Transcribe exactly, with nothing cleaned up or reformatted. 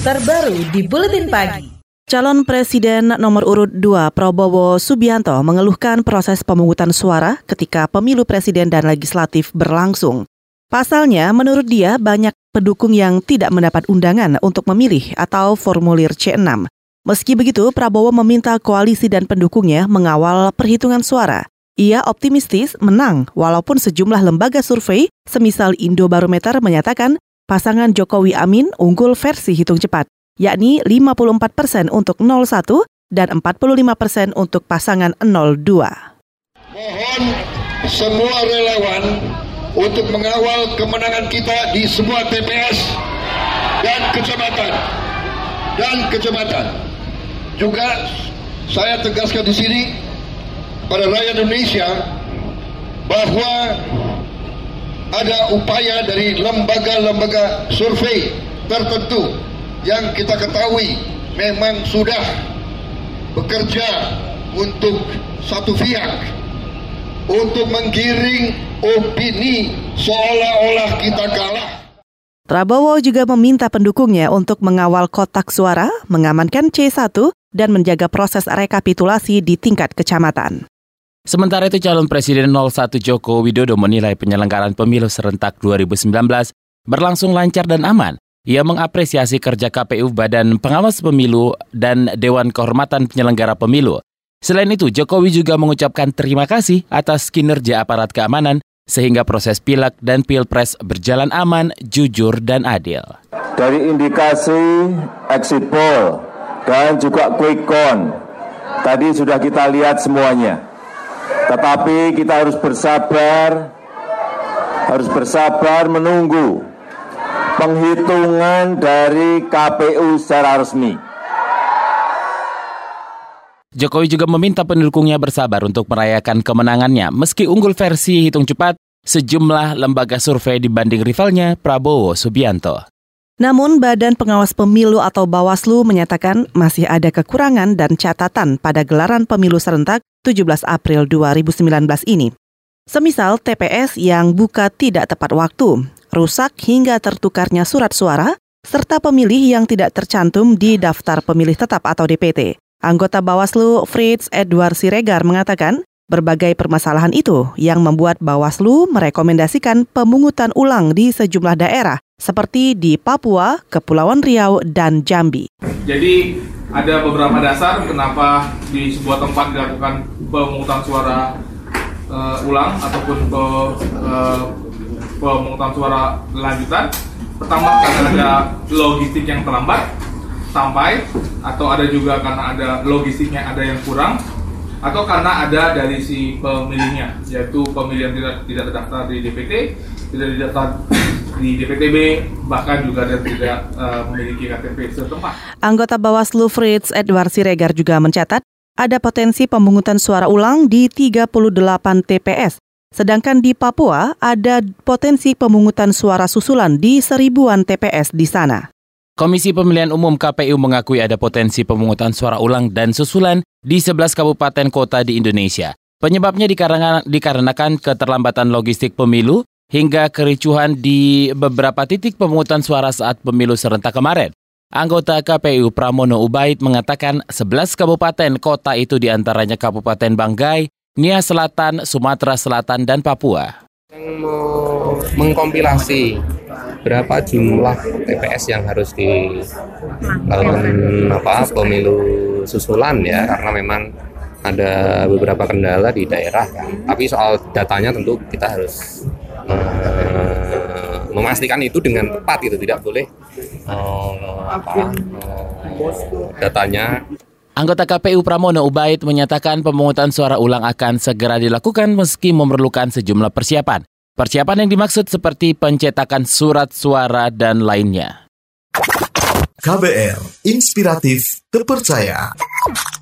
terbaru di Buletin Pagi. Calon Presiden nomor urut dua Prabowo Subianto mengeluhkan proses pemungutan suara ketika pemilu presiden dan legislatif berlangsung. Pasalnya, menurut dia banyak pendukung yang tidak mendapat undangan untuk memilih atau formulir C enam. Meski begitu, Prabowo meminta koalisi dan pendukungnya mengawal perhitungan suara. Ia optimistis menang walaupun sejumlah lembaga survei semisal Indobarometer menyatakan pasangan Jokowi Amin unggul versi hitung cepat, yakni lima puluh empat persen untuk nol satu dan empat puluh lima persen untuk pasangan nol dua. Mohon semua relawan untuk mengawal kemenangan kita di semua T P S dan kecamatan dan kecamatan. Juga saya tegaskan di sini pada rakyat Indonesia bahwa ada upaya dari lembaga-lembaga survei tertentu yang kita ketahui memang sudah bekerja untuk satu pihak, untuk menggiring opini seolah-olah kita kalah. Prabowo juga meminta pendukungnya untuk mengawal kotak suara, mengamankan C satu, dan menjaga proses rekapitulasi di tingkat kecamatan. Sementara itu, calon Presiden nol satu Joko Widodo menilai penyelenggaraan pemilu serentak dua ribu sembilan belas berlangsung lancar dan aman. Ia mengapresiasi kerja K P U, Badan Pengawas Pemilu, dan Dewan Kehormatan Penyelenggara Pemilu. Selain itu, Jokowi juga mengucapkan terima kasih atas kinerja aparat keamanan sehingga proses Pileg dan Pilpres berjalan aman, jujur, dan adil. Dari indikasi exit poll dan juga quick count, tadi sudah kita lihat semuanya. Tetapi kita harus bersabar, harus bersabar menunggu penghitungan dari K P U secara resmi. Jokowi juga meminta pendukungnya bersabar untuk merayakan kemenangannya. Meski unggul versi hitung cepat, sejumlah lembaga survei dibanding rivalnya Prabowo Subianto. Namun, Badan Pengawas Pemilu atau Bawaslu menyatakan masih ada kekurangan dan catatan pada gelaran pemilu serentak tujuh belas April dua ribu sembilan belas ini. Semisal T P S yang buka tidak tepat waktu, rusak hingga tertukarnya surat suara, serta pemilih yang tidak tercantum di daftar pemilih tetap atau D P T. Anggota Bawaslu Fritz Edward Siregar mengatakan berbagai permasalahan itu yang membuat Bawaslu merekomendasikan pemungutan ulang di sejumlah daerah seperti di Papua, Kepulauan Riau, dan Jambi. Jadi ada beberapa dasar kenapa di sebuah tempat dilakukan pemungutan suara uh, ulang ataupun pe, uh, pemungutan suara lanjutan. Pertama, karena ada logistik yang terlambat sampai, atau ada juga karena ada logistiknya ada yang kurang, atau karena ada dari si pemilihnya, yaitu pemilih yang tidak tidak terdaftar di D P T, tidak terdaftar di D P T B, bahkan juga dan tidak uh, memiliki K T P setempat. Anggota Bawaslu Fritz Edward Siregar juga mencatat ada potensi pemungutan suara ulang di tiga puluh delapan T P S. Sedangkan di Papua ada potensi pemungutan suara susulan di seribuan T P S di sana. Komisi Pemilihan Umum K P U mengakui ada potensi pemungutan suara ulang dan susulan di sebelas kabupaten kota di Indonesia. Penyebabnya dikarenakan, dikarenakan keterlambatan logistik pemilu hingga kericuhan di beberapa titik pemungutan suara saat pemilu serentak kemarin. Anggota K P U Pramono Ubaid mengatakan sebelas kabupaten kota itu diantaranya Kabupaten Banggai, Nia Selatan, Sumatera Selatan, dan Papua. Mengkompilasi berapa jumlah T P S yang harus dilakukan apa pemilu susulan ya, karena memang ada beberapa kendala di daerah kan. Tapi soal datanya tentu kita harus uh, memastikan itu dengan tepat, itu tidak boleh uh, apa uh, datanya. Anggota K P U Pramono Ubaid menyatakan pemungutan suara ulang akan segera dilakukan meski memerlukan sejumlah persiapan. Persiapan yang dimaksud seperti pencetakan surat suara dan lainnya. K B R, inspiratif, terpercaya.